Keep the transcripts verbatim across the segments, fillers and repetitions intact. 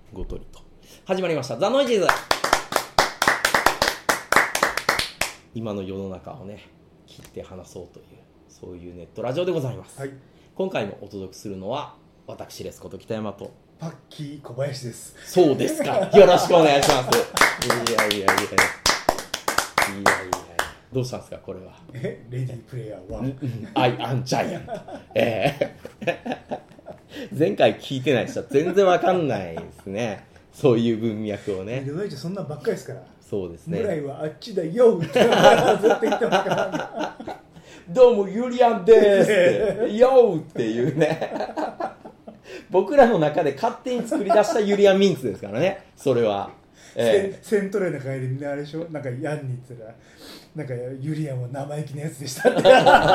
ごとりと始まりましたザ・ノイジーズ。今の世の中をね切って話そうというそういうネットラジオでございます、 はい、 今回もお届けするのは私ですこと北山とパッキー小林です。 そうですかよろしくお願いしますいやいやいやいやいやいやどうしたんですかこれは。 えレディープレイヤーワンアイアンジャイアントえー前回聞いてない人は全然わかんないですねそういう文脈をね。 ルノイチそんなんばっかりですから。 そうですね。 未来はあっちだよってずっと言ってますからどうもユリアンですってヨーっていうね僕らの中で勝手に作り出したユリアンミンツですからねそれは、 えー、セントレーの会でみんなあれでしょなんかヤンに言ったらなんかユリアンは生意気なやつでしたって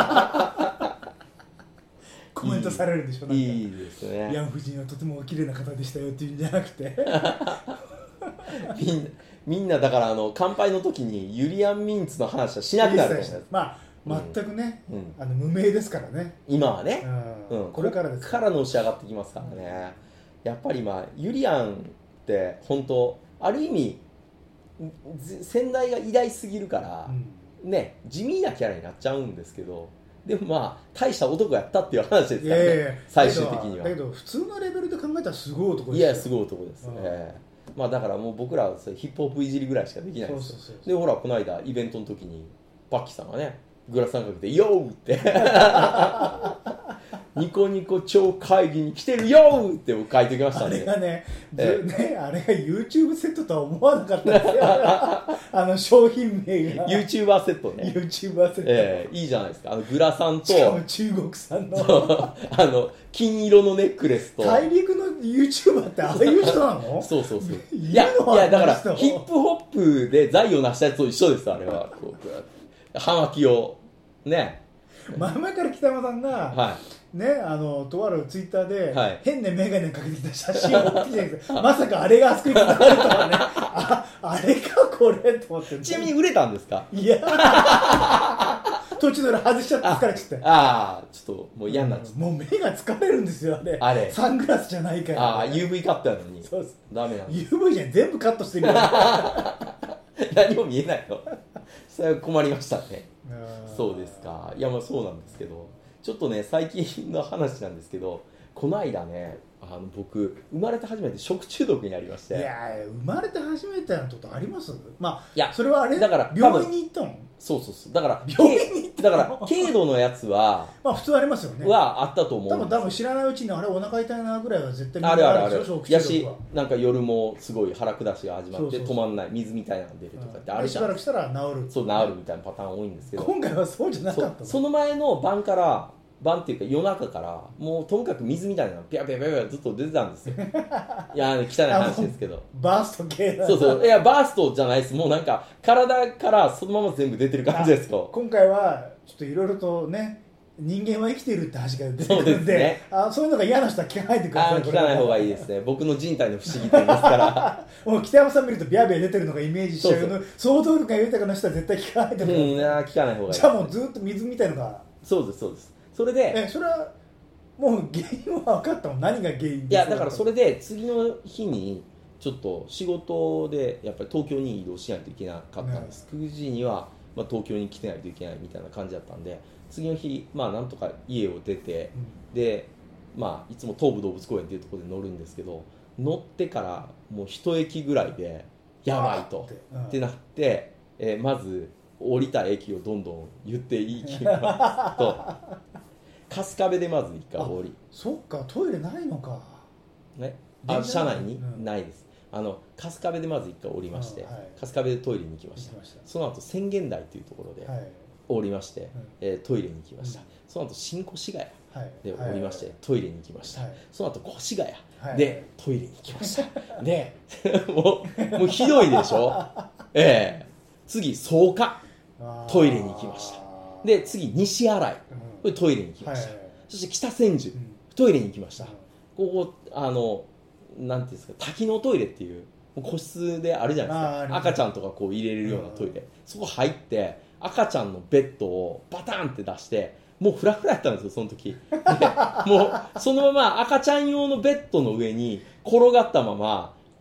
コメントされるでしょ。なんかいいですね。 ヤン夫人はとても綺麗な方でしたよっていうんじゃなくてみんなみんなだからあの乾杯の時にユリアンミンツの話はしなくなるかもしれない。 まあ全くね、 うん、 あの無名ですからね今はね、 うんうん、これからですからのし上がってきますからね、うん、やっぱりまあユリアンって本当ある意味先代が偉大すぎるから、うん、ね地味なキャラになっちゃうんですけどでもまあ大した男やったっていう話ですからね、いやいや最終的には。 だけど普通のレベルで考えたらすごい男ですよ。 いやすごい男です、うんえーまあ、だからもう僕らはヒップホップいじりぐらいしかできないんですよ。そうそうそうそうでほらこの間イベントの時にパッキーさんがねグラサンかけてヨーってニコニコ超会議に来てるよーって書いておきましたんで。 あれがね、えねあれが YouTube セットとは思わなかったんですよあの商品名が YouTuber セットね YouTuber セット、 えー、いいじゃないですか。あのグラサンとしかも中国産のあの金色のネックレスと大陸の YouTuber ってああいう人なのそうそうそういやいやだからヒップホップで財を成したやつと一緒ですあれはこう葉巻をね前々から北山さんが、はいね、あのとあるツイッターで、はい、変な眼鏡かけてきた写真を送ってきたんですまさかあれがあそこに伝わるとはね あ, あれかこれと思って。 ちなみに売れたんですか。 いや途中で外しちゃって疲れちゃってああちょっともう嫌になっちゃった、 うん、もう目が疲れるんですよあれあれサングラスじゃないから、ね、 ああ ユーブイ カットやのにそうです。 ダメなんです。 ユーブイ じゃん全部カットしてる何も見えないのそれは困りましたね。そうですか。いやまあそうなんですけどちょっとね最近の話なんですけどこの間ねあの僕生まれて初めて食中毒になりまして。 いや生まれて初めてのことあります。まあいやそれはあれだから病院に行ったの。 そうそうそうだから病院に行っただから軽度のやつはまあ普通ありますよね。 はあったと思う。 多分多分知らないうちにあれお腹痛いなぐらいは絶対あるあるあるやしはなんか夜もすごい腹下しが始まってそうそうそう止まんない水みたいなの出るとかってあるじゃん。 しばらくしたら治る。 そう治るみたいなパターン多いんですけど今回はそうじゃなかった。 そ, その前の晩から晩っていうか夜中からもうとにかく水みたいなのピャピャピャピャずっと出てたんですよいや汚い話ですけどバースト系なんだ。 そうそういやバーストじゃないですもうなんか体からそのまま全部出てる感じですよ。 今回はちょっといろいろとね人間は生きているって話が出てくるんで、 そうですね、あそういうのが嫌な人は聞かないでください。 あ聞かない方がいいですね。僕の人体の不思議点ですからもう北山さん見るとビャービャー出てるのがイメージしちゃうの。想像力が豊かな人は絶対聞かないでください。 うん聞かない方がいいです。 じゃあもうずっと水みたいのが。 そうですそうです。それでえそれはもう原因は分かったの。何が原因。 いやだからそれで次の日にちょっと仕事でやっぱり東京に移動しないといけなかったんです、ね、くじには、まあ、東京に来てないといけないみたいな感じだったんで次の日まあなんとか家を出て、うん、でまあいつも東武動物公園っていうところで乗るんですけど乗ってからもう一駅ぐらいでやばいとって、うん、ってなって、えー、まず降りた駅をどんどん言っていきますと春日部でまず一回降り。 そっかトイレないのか、 ね、あ車内に、うん、ないです。あの春日部でまず一回降りまして、うんはい、春日部でトイレに行きました。その後千軒台というところで降りまして、はいえー、トイレに行きました、うん、その後新越谷で降りまして、はい、トイレに行きました、はい、その後越谷でトイレに行きました、はい、でもう、もうひどいでしょ、えー、次草加トイレに行きました。で次西新井これトイレに行きました、はい、そして北千住、うん、トイレに行きました、うん、ここあのなんていうんですか多機能トイレっていう個室であるじゃないですか。赤ちゃんとかこう入れれるようなトイレ、うん、そこ入って赤ちゃんのベッドをバタンって出してもうフラフラやったんですよその時でもうそのまま赤ちゃん用のベッドの上に転がったまま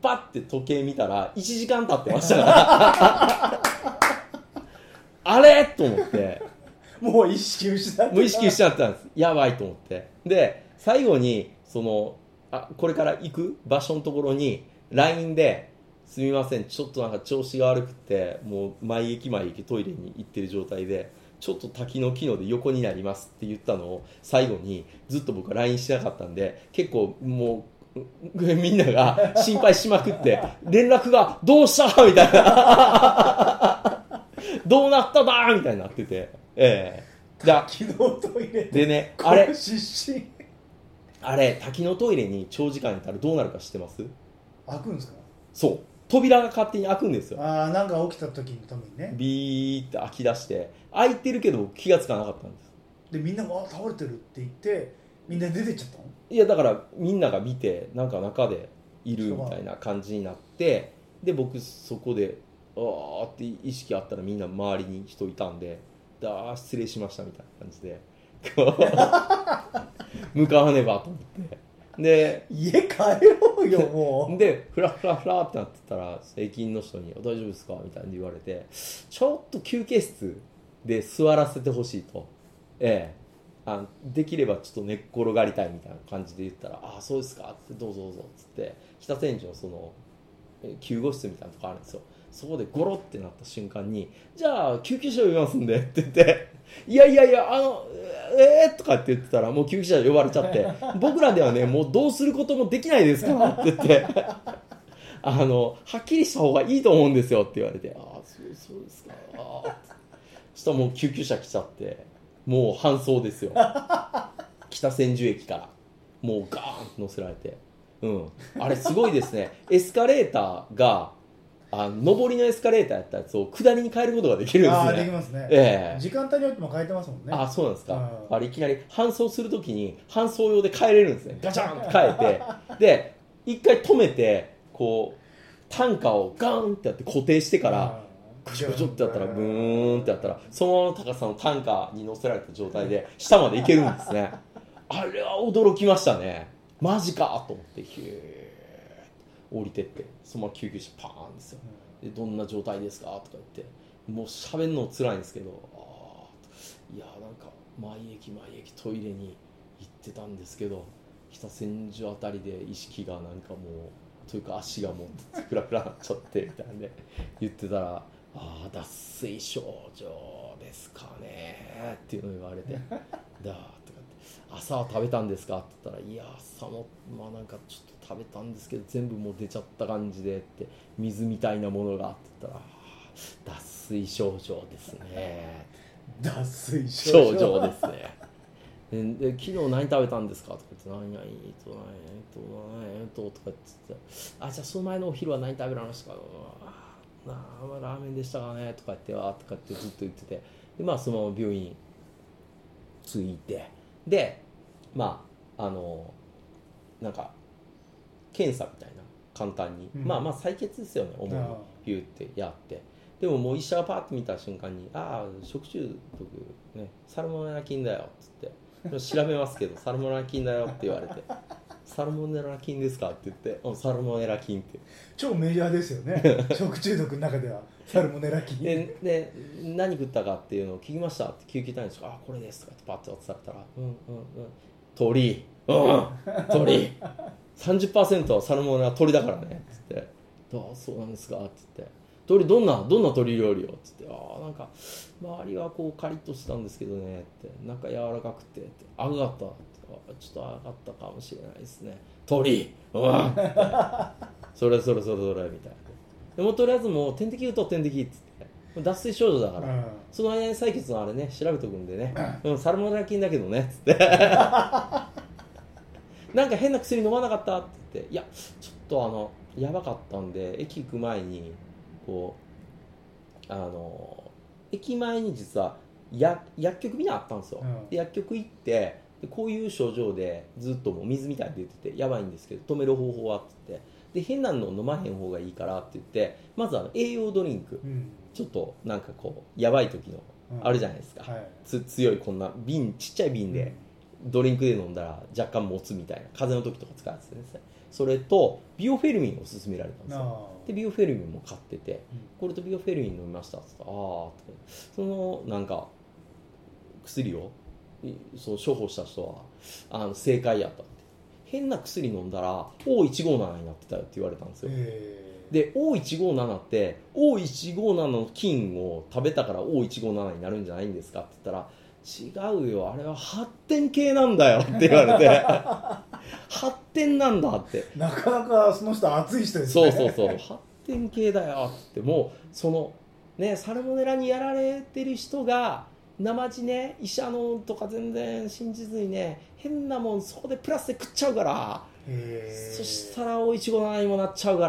パッて時計見たらいちじかん経ってましたからあれと思ってもう意識失ってもう意識しちゃったんです。やばいと思って、で最後にそのあこれから行く場所のところに ライン ですみませんちょっとなんか調子が悪くてもう毎駅毎駅トイレに行ってる状態でちょっと滝の機能で横になりますって言ったのを最後にずっと僕は ライン しなかったんで結構もうみんなが心配しまくって連絡がどうしたみたいなどうなっただみたいになってて、ええー、 滝のトイレでねあれ失神あれ滝のトイレに長時間いたらどうなるか知ってます？ 開くんですか？ そう扉が勝手に開くんですよ。 ああなんか起きた時のためにねビーって開き出して開いてるけど気がつかなかったんです。 でみんながあ倒れてるって言ってみんな出てっちゃったの？ いやだからみんなが見てなんか中でいるみたいな感じになってで僕そこであーって意識あったらみんな周りに人いたんであー失礼しましたみたいな感じで向かわねばと思ってで家帰ろうよもうでフラフラフラってなってたら駅員の人に大丈夫ですかみたいに言われてちょっと休憩室で座らせてほしいと、ええあできればちょっと寝っ転がりたいみたいな感じで言ったらあそうですかってどうぞどうぞっつって北千住のその救護室みたいなとこあるんですよ。そこでゴロってなった瞬間にじゃあ救急車呼びますんでって言っていやいやいやあのえーとかって言ってたらもう救急車呼ばれちゃって僕らではねもうどうすることもできないですからって言ってあのはっきりした方がいいと思うんですよって言われてああそうそうですかあそしたらもう救急車来ちゃってもう搬送ですよ北千住駅からもうガーンと乗せられて、うん、あれすごいですねエスカレーターがあ上りのエスカレーターやったやつを下りに変えることができるんですね。 あできますね、 えー、 時間帯によっても変えてますもんね。 あそうなんですか。あれいきなり搬送するときに搬送用で変えれるんですね。ガチャンって変えてで一回止めてこう担架をガーンってやって固定してからクシュクシュってやったらブーンってやったらそのままの高さの担架に乗せられた状態で下まで行けるんですね。あれは驚きましたね。マジかと思ってヒュー降りてってそのまま救急車パーンですよ。でどんな状態ですかとか言ってもう喋るの辛いんですけどあいやなんか毎駅毎駅トイレに行ってたんですけど北千住あたりで意識がなんかもうというか足がもうフラフラになっちゃってみたいなんで言ってたらあ脱水症状ですかねっていうのを言われてだとか朝は食べたんですかって言ったらいや朝もまあなんかちょっと食べたんですけど全部もう出ちゃった感じでって水みたいなものがって言ったら脱水症状ですね脱水症状ですねで昨日何食べたんですかとか言って何々と何々と何々ととか言ってあじゃあその前のお昼は何食べられましたかああラーメンでしたかねとか言ってわーとかってずっと言っててでまあそのまま病院着いてでまああのなんか検査みたいな簡単に、うん、まあまあ採血ですよね主にピューってやってでももう医者がパーッと見た瞬間にああ食中毒ねサルモネラ菌だよっつって調べますけどサルモネラ菌だよって言われてサルモネラ菌ですかって言ってうんサルモネラ菌って超メジャーですよね食中毒の中ではサルモネラ菌でで何食ったかっていうのを聞きましたって救急隊員の人があこれですとかってパッと渡されたらうんうんうん鳥うん鳥さんじゅっパーセント はサルモネラ鳥だからねっつってああそうなんですかって言って鳥どんなどんな鳥料理をっつってああなんか周りはこうカリッとしたんですけどねって中柔らかくてってあがったってちょっと上がったかもしれないですね鳥うんそれそれそれそれみたいなでもとりあえずもう点滴打とう点滴っつって脱水症状だから、うん、その間に採血のあれね調べとくんでね、うん、サルモネラ菌だけどねっつってなんか変な薬飲まなかったって言っていやちょっとあのやばかったんで駅行く前にこうあの駅前に実はや薬局みたいなのあったんですよ、うん、で薬局行ってでこういう症状でずっともう水みたいに出ててやばいんですけど止める方法はって言ってで変なの飲まへん方がいいからって言ってまずあの栄養ドリンク、うん、ちょっとなんかこうやばい時のあるじゃないですか、うんはい、つ強いこんな瓶ちっちゃい瓶でドリンクで飲んだら若干持つみたいな風邪の時とか使うやつですねそれとビオフェルミンを勧められたんですよ。でビオフェルミンも買ってて、うん、これとビオフェルミン飲みましたって言ったら、ああってそのなんか薬をそう処方した人はあの正解やったって、変な薬飲んだら オーいちごなな になってたよって言われたんですよ。で オーいちごなな って オーいちごなな の菌を食べたから オーいちごなな になるんじゃないんですかって言ったら、違うよ、あれは発展系なんだよって言われて発展なんだって、 なかなかその人熱い人ですね。 そうそうそう、発展系だよって、もうそのねサルモネラにやられてる人が生地ね、医者のとか全然信じずにね、変なもんそこでプラスで食っちゃうから、へそしたらおいちごななにもなっちゃうから、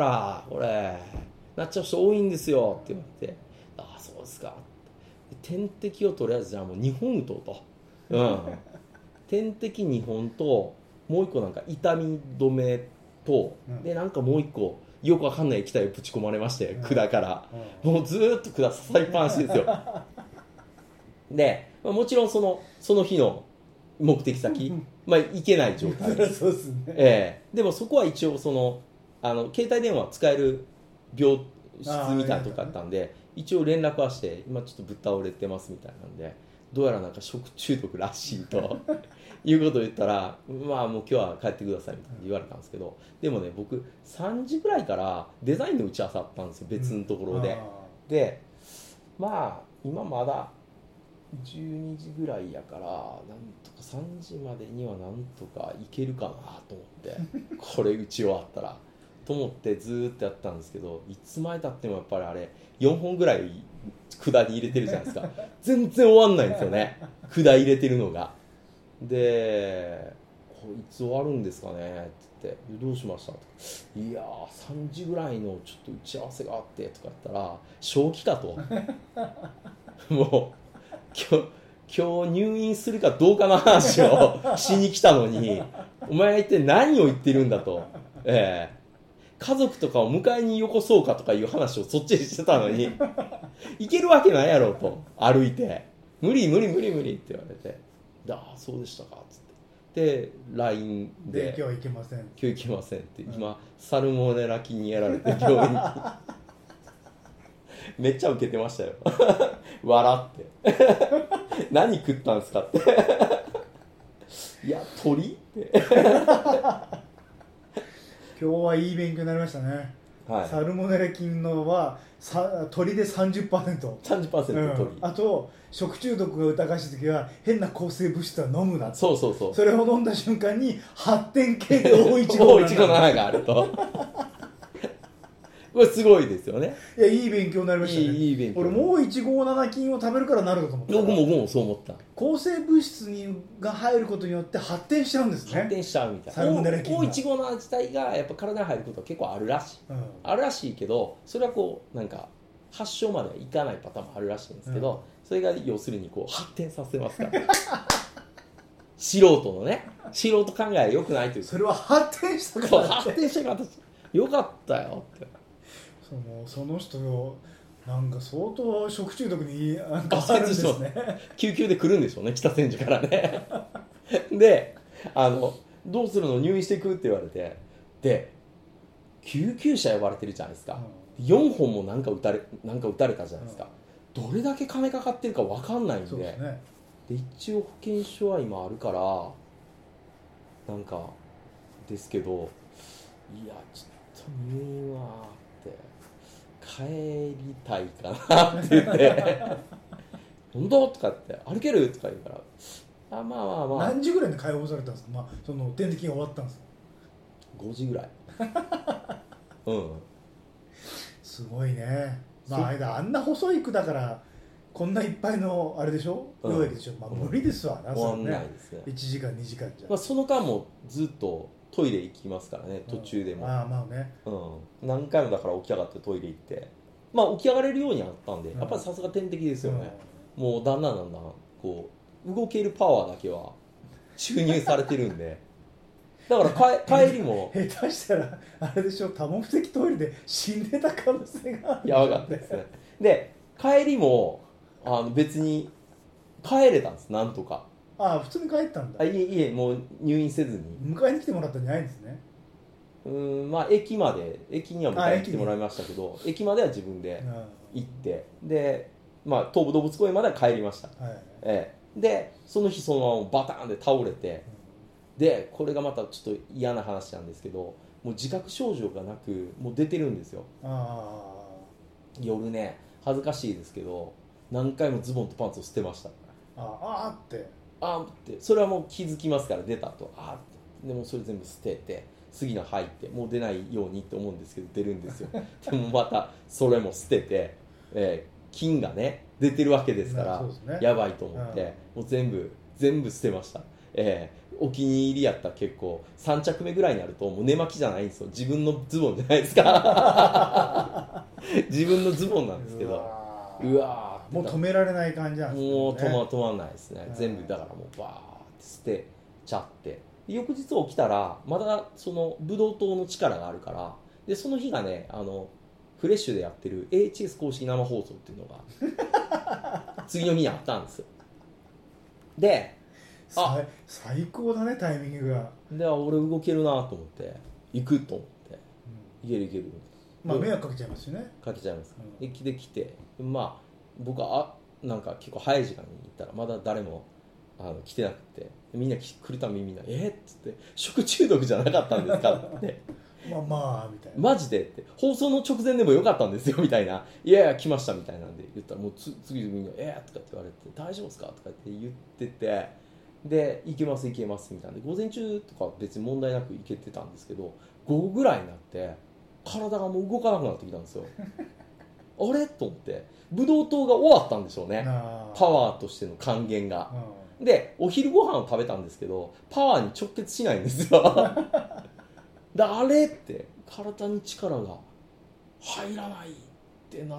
これなっちゃう人多いんですよって言われて、ああそうですか、点滴をとりあえずじゃあもうにほん打とうと、うん、点滴にほんともういっこなんか痛み止めと、うん、でなんかもういっこよくわかんない液体をぶち込まれまして、管から、うん、もうずーっと管刺さりっぱなしですよでもちろんそのその日の目的先、まあ、行けない状態ですそうですね、 えー、でもそこは一応そのあの携帯電話使える病室みたいなとこあったんで、一応連絡はして今ちょっとぶっ倒れてますみたいなんで、どうやらなんか食中毒らしいということを言ったら、まあもう今日は帰ってくださいみたいに言われたんですけど、でもね僕さんじぐらいからデザインの打ち合わせあったんですよ、別のところで、うん、でまあ今まだじゅうにじぐらいやから、なんとかさんじまでにはなんとかいけるかなと思ってこれ打ち終わったらと思ってずーっとやったんですけど、いつまでたってもやっぱりあれよんほんぐらい管に入れてるじゃないですか全然終わんないんですよね管入れてるのが。でこれいつ終わるんですかねって言って、どうしましたとか、いやーさんじぐらいのちょっと打ち合わせがあってとか言ったら、正気かともう今日、今日入院するかどうかの話をしに来たのにお前は一体何を言ってるんだと、ええ家族とかを迎えによこそうかとかいう話をそっちにしてたのにいけるわけないやろと、歩いて無理無理無理無理って言われて、ああそうでしたかっつってで ライン で, で今日は行けません今日行けませんって、うん、今サルモネラ菌にやられて病院にめっちゃウケてましたよ笑って何食ったんですかっていや鳥って今日はいい勉強になりましたね、はい、サルモネラ菌のはさ鳥で さんじゅっパーセント、 さんじゅっパーセント 鳥、 うん、あと食中毒が疑わしい時は変な抗生物質は飲むな、 そうそうそう、 それを飲んだ瞬間に発展系で オーいちごなながあるとこれすごいですよね。 いやいい勉強になりましたね。 いい、いい勉強。 俺もういちごなな菌を食べるからなるかと思った。 僕も僕もそう思った。 抗生物質にが入ることによって発展しちゃうんですね。 発展しちゃうみたいな。 サルモネラ菌が。 いちごなな自体がやっぱ体に入ることは結構あるらしい、うん、あるらしいけど、それはこうなんか発症まではいかないパターンもあるらしいんですけど、うん、それが要するにこう発展させますから素人のね、素人考えは良くないという。 それは発展したからって。 発展したからよかったよって。 そのその人のなんか相当食中毒になんかあるんですね。 救急で来るんでしょうね、北千住からねであのどうするの、入院していくって言われて、で救急車呼ばれてるじゃないですか、うん、よんほんもなんか打たれなんか打たれたじゃないですか、うん、どれだけ金かかってるか分かんないん で, で、ね、で一応保険証は今あるからなんかですけど、いやちょっと入院は帰りたいかなって言って本当とかって歩けるとか言うから、あまあまあまあ何時ぐらいに解放されたんですか、まあ、その点滴が終わったんですか。 ごじぐらいうんすごいね、まああんな細い区だからこんないっぱいのあれでしょ、うん、溶液でしょ、まあ、無理ですわ、うん、 終わんないですね。 いちじかんにじかんじゃ、 まあ、その間もずっとトイレ行きますからね、途中でも、 うん、ああまあね、 うん、何回もだから起き上がってトイレ行って、まあ起き上がれるようになったんで、うん、やっぱりさすが点滴ですよね、うん、もうだんだんだんだんこう動けるパワーだけは注入されてるんでだから帰りも下手したらあれでしょ、多目的トイレで死んでた可能性がある。 やばかったですね。で帰りもあの別に帰れたんです、なんとか。 ああ普通に帰ったんだ。 あいえいえ、もう入院せずに迎えに来てもらったんじゃないんですね。 うんまあ駅まで駅には迎えに来てもらいましたけど 駅, 駅までは自分で行って、で、まあ、東武動物公園までは帰りました、はいええ、でその日そのままバターンで倒れて、うん、でこれがまたちょっと嫌な話なんですけど、もう自覚症状がなくもう出てるんですよ。あ夜ね恥ずかしいですけど何回もズボンとパンツを捨てました。 ああってあってそれはもう気づきますから、出たとあってでもそれ全部捨てて次の入ってもう出ないようにって思うんですけど出るんですよでもまたそれも捨てて、えー、菌がね出てるわけですから、ね、やばいと思って、うん、もう全部全部捨てました。えー、お気に入りやったら結構さん着目ぐらいになるともう寝巻きじゃないんですよ、自分のズボンじゃないですか自分のズボンなんですけど、うわーもう止められない感じなんですね。 もう止ま止まんないですね、うん、全部だからもうバーって捨てちゃって、翌日起きたらまだそのブドウ糖の力があるから、でその日がねあのフレッシュでやってる エイチエス 公式生放送っていうのが次の日にあったんですよ。であ最高だねタイミングが。 で俺動けるなと思って行くと思って、うん、いけるいける、 まあ迷惑かけちゃいますよね。 かけちゃいます、うん、駅で来てまあ僕はあなんか結構早い時間に行ったらまだ誰もあの来てなくて、みんな来るたびにみんなえっっつって食中毒じゃなかったんですかってまあまあみたいなマジでって放送の直前でもよかったんですよみたいな、いやいや来ましたみたいなんで言ったらもうつ次々みんなえーとかって言われて大丈夫ですかとかって言ってて、で行けます行けますみたいなで午前中とか別に問題なく行けてたんですけど午後ぐらいになって体がもう動かなくなってきたんですよあれと思ってブドウ糖が終わったんでしょうね、パワーとしての還元が。でお昼ご飯を食べたんですけどパワーに直結しないんですよだあれって体に力が入らないってなって、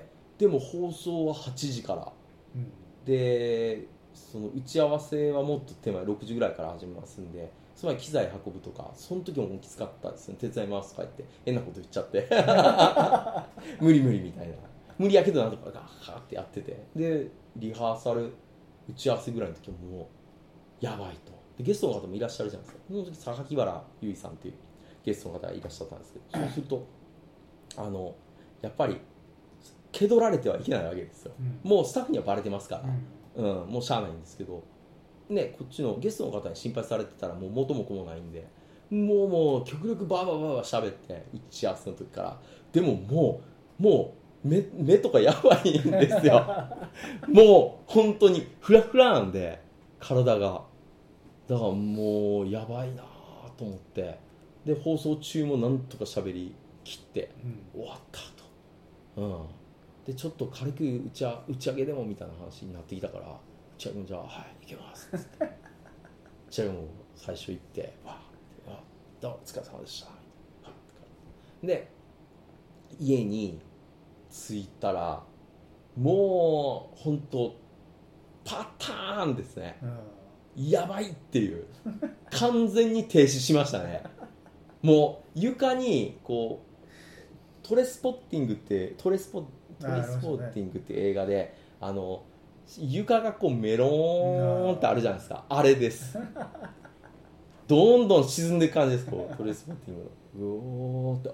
でも放送ははちじから、うん、でその打ち合わせはもっと手前ろくじぐらいから始めますんで、つまり機材運ぶとかその時もきつかったですね。手伝いますとか言って変なこと言っちゃって無理無理みたいな、無理やけどなんとかガーってやってて、でリハーサル打ち合わせぐらいの時はもうやばいと。でゲストの方もいらっしゃるじゃないですか。その時榊原優衣さんっていうゲストの方がいらっしゃったんですけど、そうするとあのやっぱり気取られてはいけないわけですよ、うん、もうスタッフにはバレてますから、うんうん、もうしゃあないんですけどね、こっちのゲストの方に心配されてたらもう元も子もないんで、もうもう極力バーバーバーバー喋って打ち合わせの時から、でももうもう 目, 目とかやばいんですよもう本当にフラフラなんで体が、だからもうやばいなと思って、で放送中もなんとか喋り切って、うん、終わったと、うん、でちょっと軽く打ち, 打ち上げでもみたいな話になってきたから、打ち上げもじゃあはい行けますっつって打ち上げも最初行ってわーってあどうもお疲れ様でしたで家に着いたらもう本当パターンですね、うん、やばいっていう完全に停止しましたねもう床にこうトレスポッティングってトレスポトレスポッティングって映画であの床がこうメローンってあるじゃないですか、あれですどんどん沈んでいく感じです。こうトレスポッティングのうおーって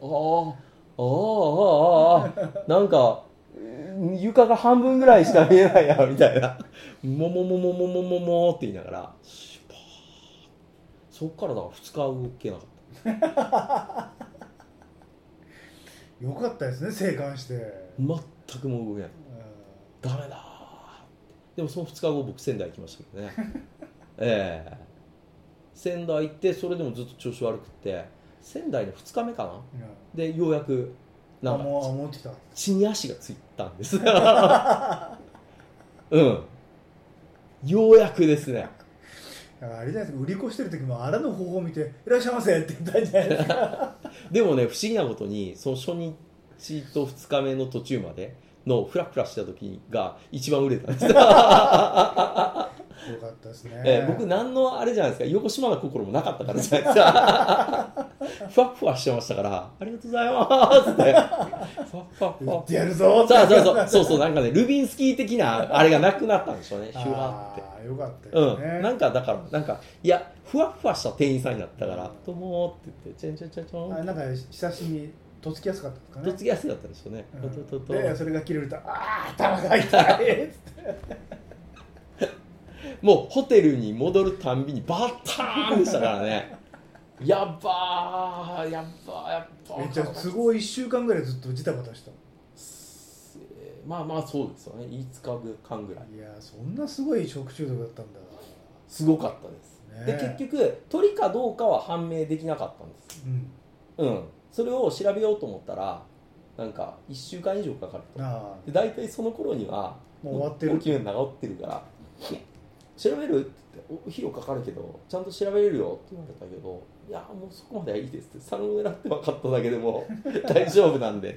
あーあーあーあーあーなんか床が半分ぐらいしか見えないやみたいなももももももももって言いながらシュパーそっからだからふつか動けなかったよかったですね、生還して全くもう動けない、うん、ダメだ。でもそのふつかご僕仙台行きましたけどねええー、仙台行ってそれでもずっと調子悪くって仙台のふつかめかな、うん、でようやくなんか地に足がついたんですうんようやくですね。 あれじゃないですか、売り越してる時もあらぬ方法を見ていらっしゃいませって言ったんじゃないですかでもね不思議なことにその初日とふつかめの途中までのフラフラした時が一番売れたんですよかったですね、 えー、僕何のあれじゃないですか横島な心もなかったからじゃないですかふわふわしてましたからありがとうございますってふわふわふわってやるぞってそうそうそうそうそうなんかねルビンスキー的なあれがなくなったんでしょうねシュワってあよかったよね、 うん、なんかだからなんかいやふわふわした店員さんになったから「どうも」って言って「チェンチェンチェンチョン」 あなんか親しみとっつきやすかったですかね。 とっつきやすかったんですよね、 うん、 とととでそれが切れると「ああ頭が痛い」っつってもうホテルに戻るたんびにバッターンでしたからねやっばーやっばーやっばーえじゃあ都合いっしゅうかんぐらいずっとジタバタした。 まあまあそうですよね、いつかかんぐらい。 いやそんなすごい食中毒だったんだ。 すごかったです、ね、で結局鳥かどうかは判明できなかったんです、うん、うん、それを調べようと思ったらなんかいっしゅうかん以上かかると。で大体その頃にはもう終わってる、 大きな治ってるから調べるって言って費用かかるけどちゃんと調べれるよって言われたけど、いやもうそこまではいいですって、サルモネラって分かっただけでも大丈夫なんでって、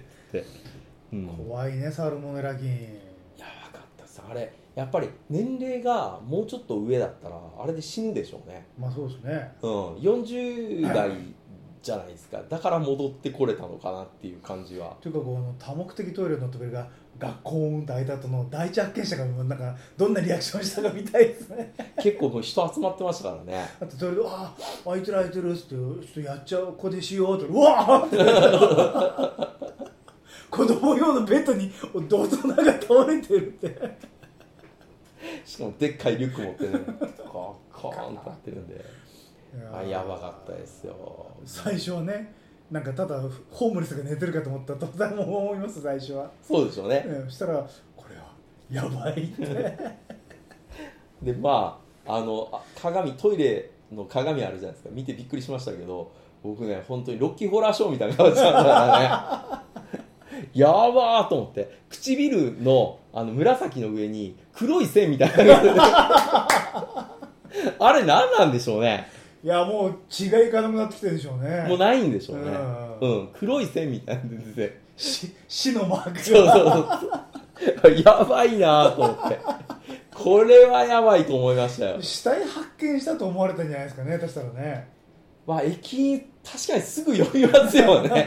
うん、 怖いねサルモネラ菌。いや分かったさ、あれやっぱり年齢がもうちょっと上だったらあれで死ぬでしょうね。 まあそうですね、 うん、よんじゅう代じゃないですか、だから戻ってこれたのかなっていう感じは。 というかこの多目的トイレのトベルが学校運と開いた後の第一発見者がなんかどんなリアクションしたかみたいですね結構もう人集まってましたからね。 あとトイレで「ああ開いてる開いてる」っつって「ちょっとやっちゃうここでしよう」と「うわー!」って子供用のベッドに大人が倒れてるってしかもでっかいリュック持ってねコーンコーンとなってるんであやばかったですよ。 最初はねなんかただホームレスが寝てるかと思ったとたも思います最初は。 そうでしょうね、 うん、そしたらこれはやばいってでまああのあ鏡トイレの鏡あるじゃないですか、見てびっくりしましたけど僕ね本当にロッキーホラーショーみたいな顔してたからねやばーと思って、唇 の, あの紫の上に黒い線みたいなのがあれ何なんでしょうね。 いやもう血がいかなくなってきてるでしょうね。 もうないんでしょうね、 うん、 うん、黒い線みたいなの出てて死のマークがそうそうそうやばいなと思ってこれはやばいと思いましたよ。 死体発見したと思われたんじゃないですかね、確したらね。 まあ駅確かにすぐ呼びますよね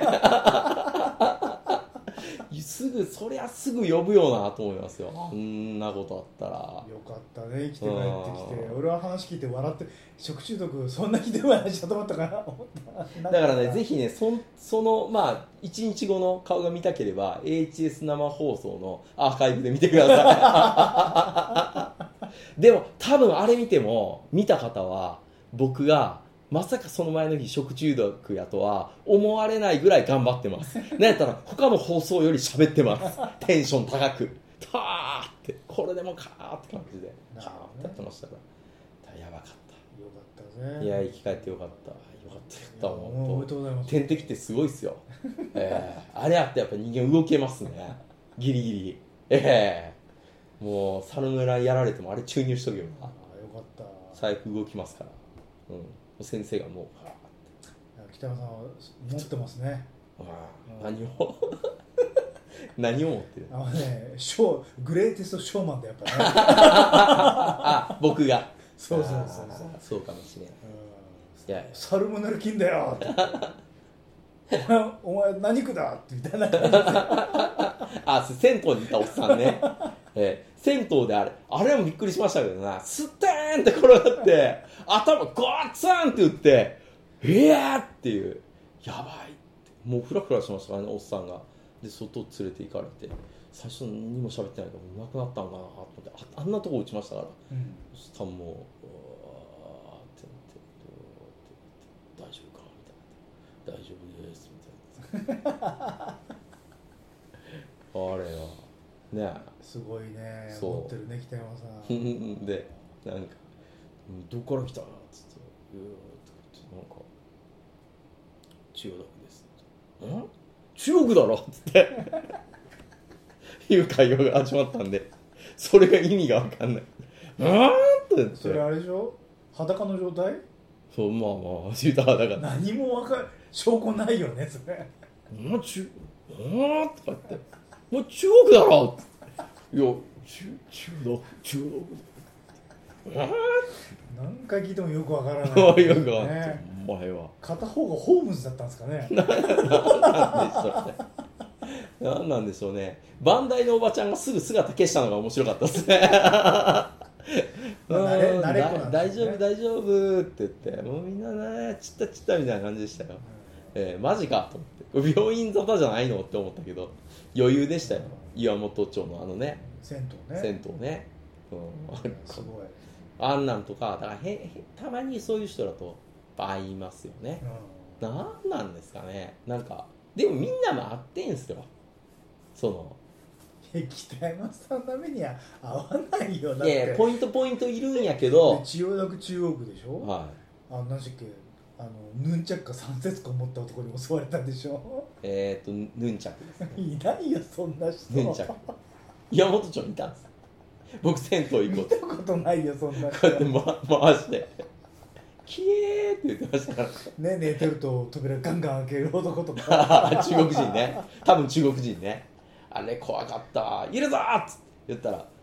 すぐそりゃすぐ呼ぶよなと思いますよ、そんなことあったら。 よかったね、生きて帰ってきて。俺は話聞いて笑って、食中毒そんなひどい話だと思ったから思っただからね、ぜひね そ, そのまあいちにちごの顔が見たければ エイチエス 生放送のアーカイブで見てくださいでも多分あれ見ても見た方は僕がまさかその前の日食中毒やとは思われないぐらい頑張ってますなんやったら他の放送より喋ってますテンション高くターってこれでもかーって感じでカーってやってましたからやばかった。 よかったね。 いや生き返ってよかったよかったよかった。 もうおめでとうございます。 点滴ってすごいっすよ、えー、あれあってやっぱ人間動けますねギリギリ、えー、もうサルモネラやられてもあれ注入しとけよな。 ああよかった。 財布動きますから、うん先生がもう北山さんは持ってますね。 ああ何を何を持ってるあのねショーグレイテストショーマンでやっぱねあ僕がそうそうそうそうそうかもしれない。 いやサルモネラ菌だよお前お前何食だってみたいな感じであ銭湯にいたおっさんね、えー、銭湯であれあれもびっくりしましたけどな、ステーンって転がって頭ゴッツンって打ってえやーっていうやばいってもうフラフラしましたからねおっさんが。で外連れて行かれて最初何も喋ってないからもう亡くなったんかなと思って あ, あんなとこ打ちましたから、うん、そしたらもううわーってなって大丈夫かみたいな大丈夫ですみたいなあれはねすごいね持ってるね北山さんでなんかどこから来たのっつってなんか千代田区ですん中国だろっつっていう会話が始まったんでそれが意味が分かんないうんってそれあれでしょ裸の状態そうまあまあ言うたらだから何も分かる証拠ないよねそれもう中うんとかってもう中国だろっていや中中国中国何回聞いてもよくわからない、ね、 よくわからない。お前は片方がホームズだったんですかね。 何なんでしょうね。バンダイのおばちゃんがすぐ姿消したのが面白かったですね。 まあ、慣れ慣れっこなんですよね、大丈夫大丈夫って言ってもうみんなねちったちったみたいな感じでしたよ、うんえー、マジかと思って病院沙汰じゃないのって思ったけど余裕でしたよ、うん、岩本町のあのね銭湯ね銭湯ね、うん、 すごいあんなんとかだからへへたまにそういう人だと会いますよね、うん、なんなんですかねなんかでもみんなも会ってんすよその北山さんの目には合わないよだっていやポイントポイントいるんやけど千代田区中央区でしょ、 はい、 あ何でしたっけあのヌンチャックか三節棍持った男に襲われたんでしょえっとヌンチャックです、ね、 いないよそんな人ヌンチャック岩本町にいたんです僕銭湯行こう見たことないよそんな人こうやって、ま、回してキエーって言ってましたからね寝てると扉ガンガン開ける男とか中国人ね多分中国人ねあれ怖かったいるぞーっつって言ったら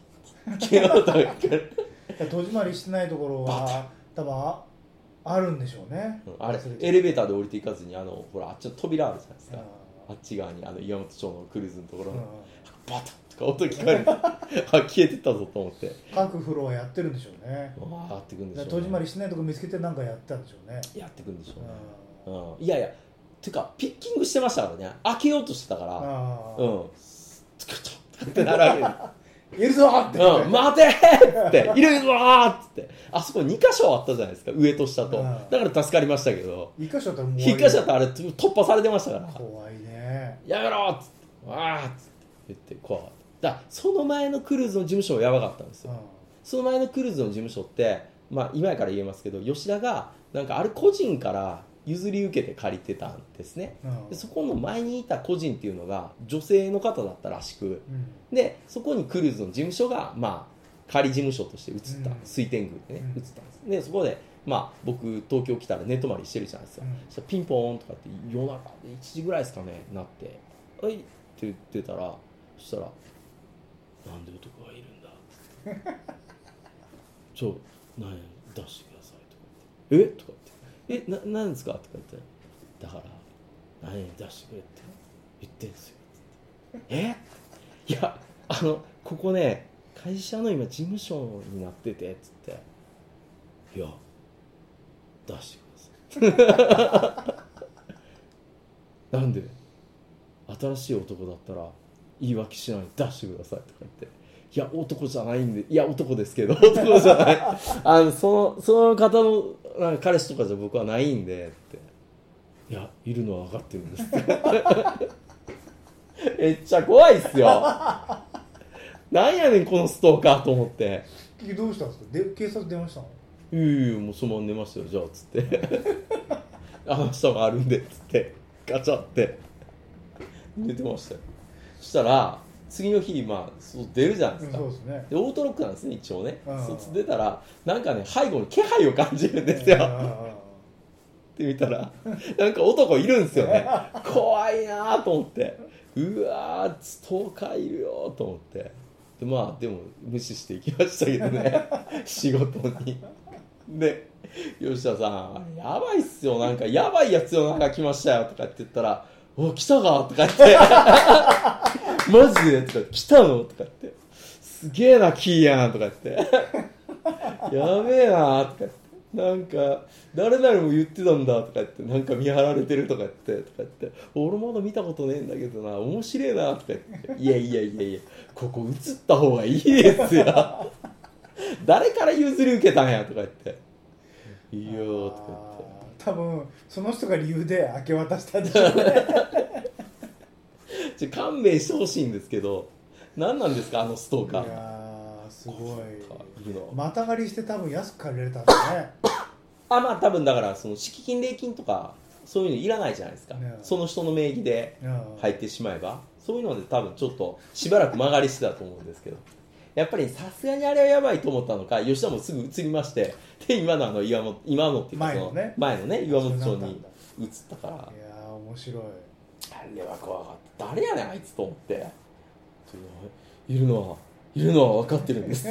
戸締まりしてないところは多分あるんでしょうね、 うん、あれエレベーターで降りていかずにあのほらあっちの扉あるじゃないですか、あっち側にあの岩本町のクルーズのところに、うん、バタッとか音聞かれてあ消えてったぞと思って各フロアやってるんでしょうねやってくんでしょうね戸締まりしてないとこ見つけて何かやったんでしょうねやってくんでしょうね、うん、いやいやてかピッキングしてましたからね開けようとしてたからうんつくちょってなるわけいるぞーって、 うん、待てーっているぞーっつってあそこにか所あったじゃないですか上と下とだから助かりましたけどいっかしょあったらもういっかしょあったらあれ突破されてましたから怖いねやめろーっつってわーっつって言って怖かっただその前のクルーズの事務所やばかったんですよ、うん、その前のクルーズの事務所って、まあ、今やから言えますけど吉田がなんかある個人から譲り受けて借りてたんですね、うん、でそこの前にいた個人っていうのが女性の方だったらしく、うん、でそこにクルーズの事務所が、まあ、仮事務所として移った、うん、水天宮でね、うん、移ったんですでそこで、まあ、僕東京来たら寝泊まりしてるじゃないですか、うん、そしたらピンポーンとかって夜中でいちじぐらいですかねなってはいって言ってたらそしたらなんで男がいるんだってちょ何出してくださいとか言ってえとか言ってえな何ですかとか言ってだから何出してくれって言ってんすよえいやあのここね会社の今事務所になっててっつっていや出してくださいなんで新しい男だったら言い訳しないで出してくださいとか言っていや男じゃないんでいや男ですけど男じゃないあのそのその方のなんか彼氏とかじゃ僕はないんでっていやいるのは分かってるんですってめっちゃ怖いっすよなんやねんこのストーカーと思ってどうしたんですかで警察出ましたのいやいやもうそのまま寝ましたよじゃあっつってあの人があるんでっつってガチャって寝てましたよそしたら次の日、まあ、そう出るじゃないですか、 そうですね、 でオートロックなんですね一応ね、そ出たらなんかね背後に気配を感じるんですよって見たらなんか男いるんですよね怖いなと思ってうわーストーカーいるよと思ってでまあでも無視していきましたけどね仕事にで吉田さんやばいっすよなんかやばいやつよなんか来ましたよとかって言ったらお来たかとか言ってマジでとか来たのとか言ってすげえなキーやんとか言ってやべえなとか言ってなんか誰々も言ってたんだとか言ってなんか見張られてるとか言ってとか言って俺まだ見たことねえんだけどな面白えなとか言っていやいやいやいやここ映った方がいいですよ誰から譲り受けたんやとか言っていいよとか言って多分その人が理由で明け渡したんでしょうねちょ勘弁してほしいんですけど何なんですかあのストーカーいやーすごいまたがりして多分安く借りれたんですねあまあ多分だからその敷金礼金とかそういうのいらないじゃないですか、ね、その人の名義で入ってしまえばそういうので多分ちょっとしばらく間借りしてたと思うんですけどやっぱりさすがにあれはやばいと思ったのか吉田もすぐ移りましてで今のあの岩本今のっていうか前のね前のね岩本町に移ったからいやー面白いあれは怖かった誰やねんあいつと思っているのはいるのは分かってるんです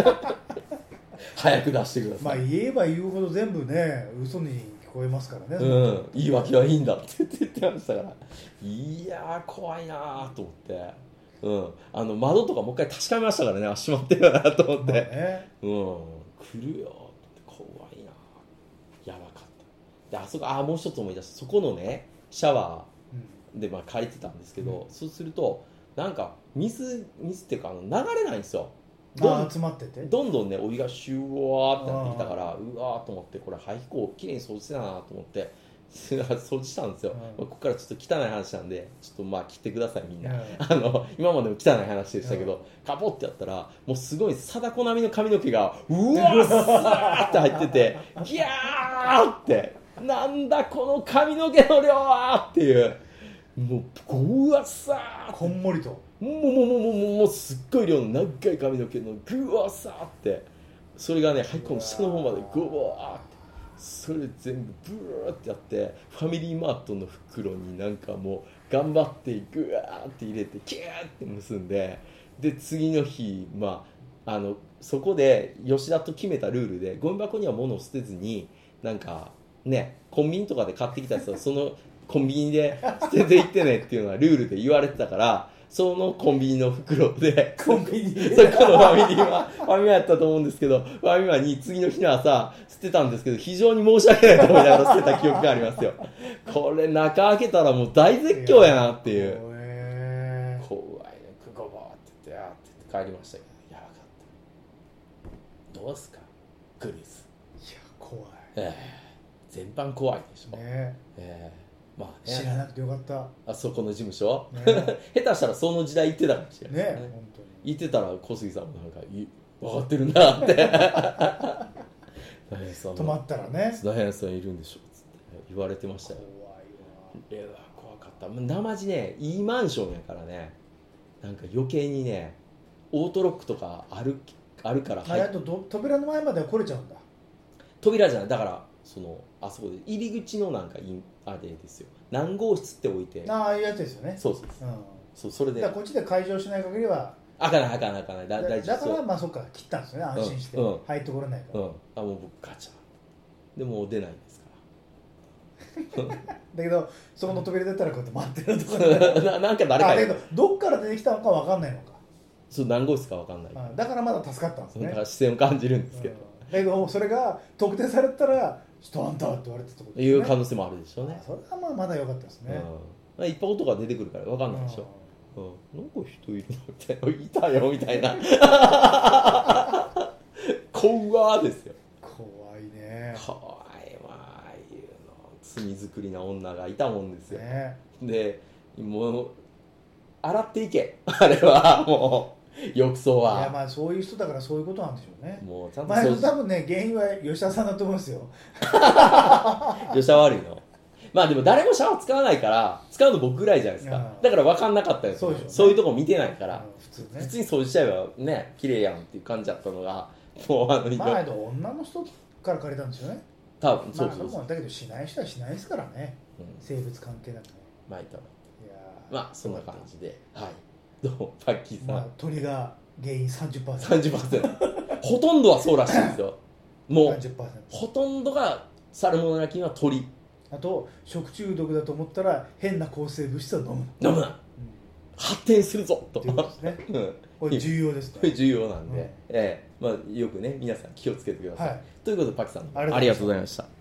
早く出してくださいまあ言えば言うほど全部ね嘘に聞こえますからねうん言い訳はいいんだって言ってましたからいやー怖いなと思ってうん、あの窓とかもう一回確かめましたからね、あ閉まってるよなと思って、ね、うん、来るよって怖いな、やばかった。であそこあもう一つ思い出した、そこのねシャワーでまあ借りてたんですけど、うん、そうするとなんか水水っていうかあの流れないんですよ。 どん集まっててどんどんねお湯がシュワーってなってきたから、うわーと思って、これ排気口きれいに掃除してたなと思って掃除したんですよ、うん、ここからちょっと汚い話なんでちょっとまあ切ってくださいみんな、うん、あの今までも汚い話でしたけど、うん、カポってやったらもうすごい貞子並みの髪の毛がうわーーって入っててギャーってなんだこの髪の毛の量はっていう、もううわさーこんもりともうもうもうもうもうもうすっごい量の長い髪の毛のぐわさーってそれがね入っ込む下の方までぐわーってそれ全部ブーってやってファミリーマートの袋になんかもう頑張ってグワーって入れてキューって結んで、で次の日まああのそこで吉田と決めたルールでゴミ箱には物を捨てずになんかねコンビニとかで買ってきたやつはそのコンビニで捨てていってねっていうのはルールで言われてたから、そのコンビニの袋でコンビニでそこのファミリーマファミマやったと思うんですけど、ファミマに次の日の朝捨てたんですけど非常に申し訳ないと思いながら捨てた記憶がありますよ。これ中開けたらもう大絶叫やなっていう、怖いね、クゴボーって言ってやって帰りましたけど、やばかった。どうですかクルーズ。 いや怖い、 えー、全般怖いでしょ、 ねえーまあね、 知らなくてよかった。 あそこの事務所、ね、下手したらその時代行ってたかもしれないですね。 ね本当に行ってたら小杉さんもなんか分かってるんだって止まったらね津田平さんいるんでしょって言われてましたよ。 怖いわ。 えわ怖かった。生地ねいいマンションやからね、なんか余計にねオートロックとかあるあるからあれと扉の前までは来れちゃうんだ。 扉じゃない、だからそのあそこで入り口のなんかインあれですよ、何号室って置いて、 ああいうやつですよね。 そうそう、うん、そうそれでだからこっちで開錠しない限りは開かない開かない開かないだだだからまあそっか切ったんですよね、安心して、うんうん、入ってこれないから、うん、 あもう僕ガチャでもう出ないんですからだけどそこの扉出たらこうやって待ってるとかな, なんか誰かだけどどっから出てきたのか分かんないのか、 そう何号室か分かんない、 だからまだ助かったんですね。 だから視線を感じるんですけど、 うん、だけどそれが特定されたらちょっとあんたって言われてたとこですね、いう可能性もあるでしょうね。 それはまあまだ良かったですね、 うん、いっぱい音が出てくるから分かんないでしょ、うんうん、なんか人いるのみたいな、いたよみたいな怖ですよ。 怖いね。 怖いわ、ああいうの罪作りな女がいたもんですよ、 ね、 でもう洗っていけあれはもう浴槽は。 いやまあそういう人だからそういうことなんでしょうね。 もうちゃんとまあ多分ね原因は吉田さんだと思うんですよ吉田悪いの。まあでも誰もシャワー使わないから使うの僕ぐらいじゃないですか、だから分かんなかったですよ。 そうでしょうね、そういうとこ見てないから、 普通ね、 普通に掃除しちゃえばね綺麗やんっていう感じだったのがもうあのまあ女の人から借りたんですよね多分。そうそうそう、 まあ、だけどしない人はしないですからね、うん、生物関係なんかね。 まあいたいやまあそんな感じで、はいどうもパッキーさん、まあ、 鳥が原因 さんじゅっパーセントさんじゅっパーセント ほとんどはそうらしいんですよもうさんじゅっパーセントほとんどがサルモネラ菌は鳥。 あと食中毒だと思ったら変な抗生物質を飲む飲むな、うん、発展するぞということですね、うん、これ重要ですね。 重要なんで、うん、えーまあ、よくね皆さん気をつけてください、はい、ということでパキさんありがとうございました。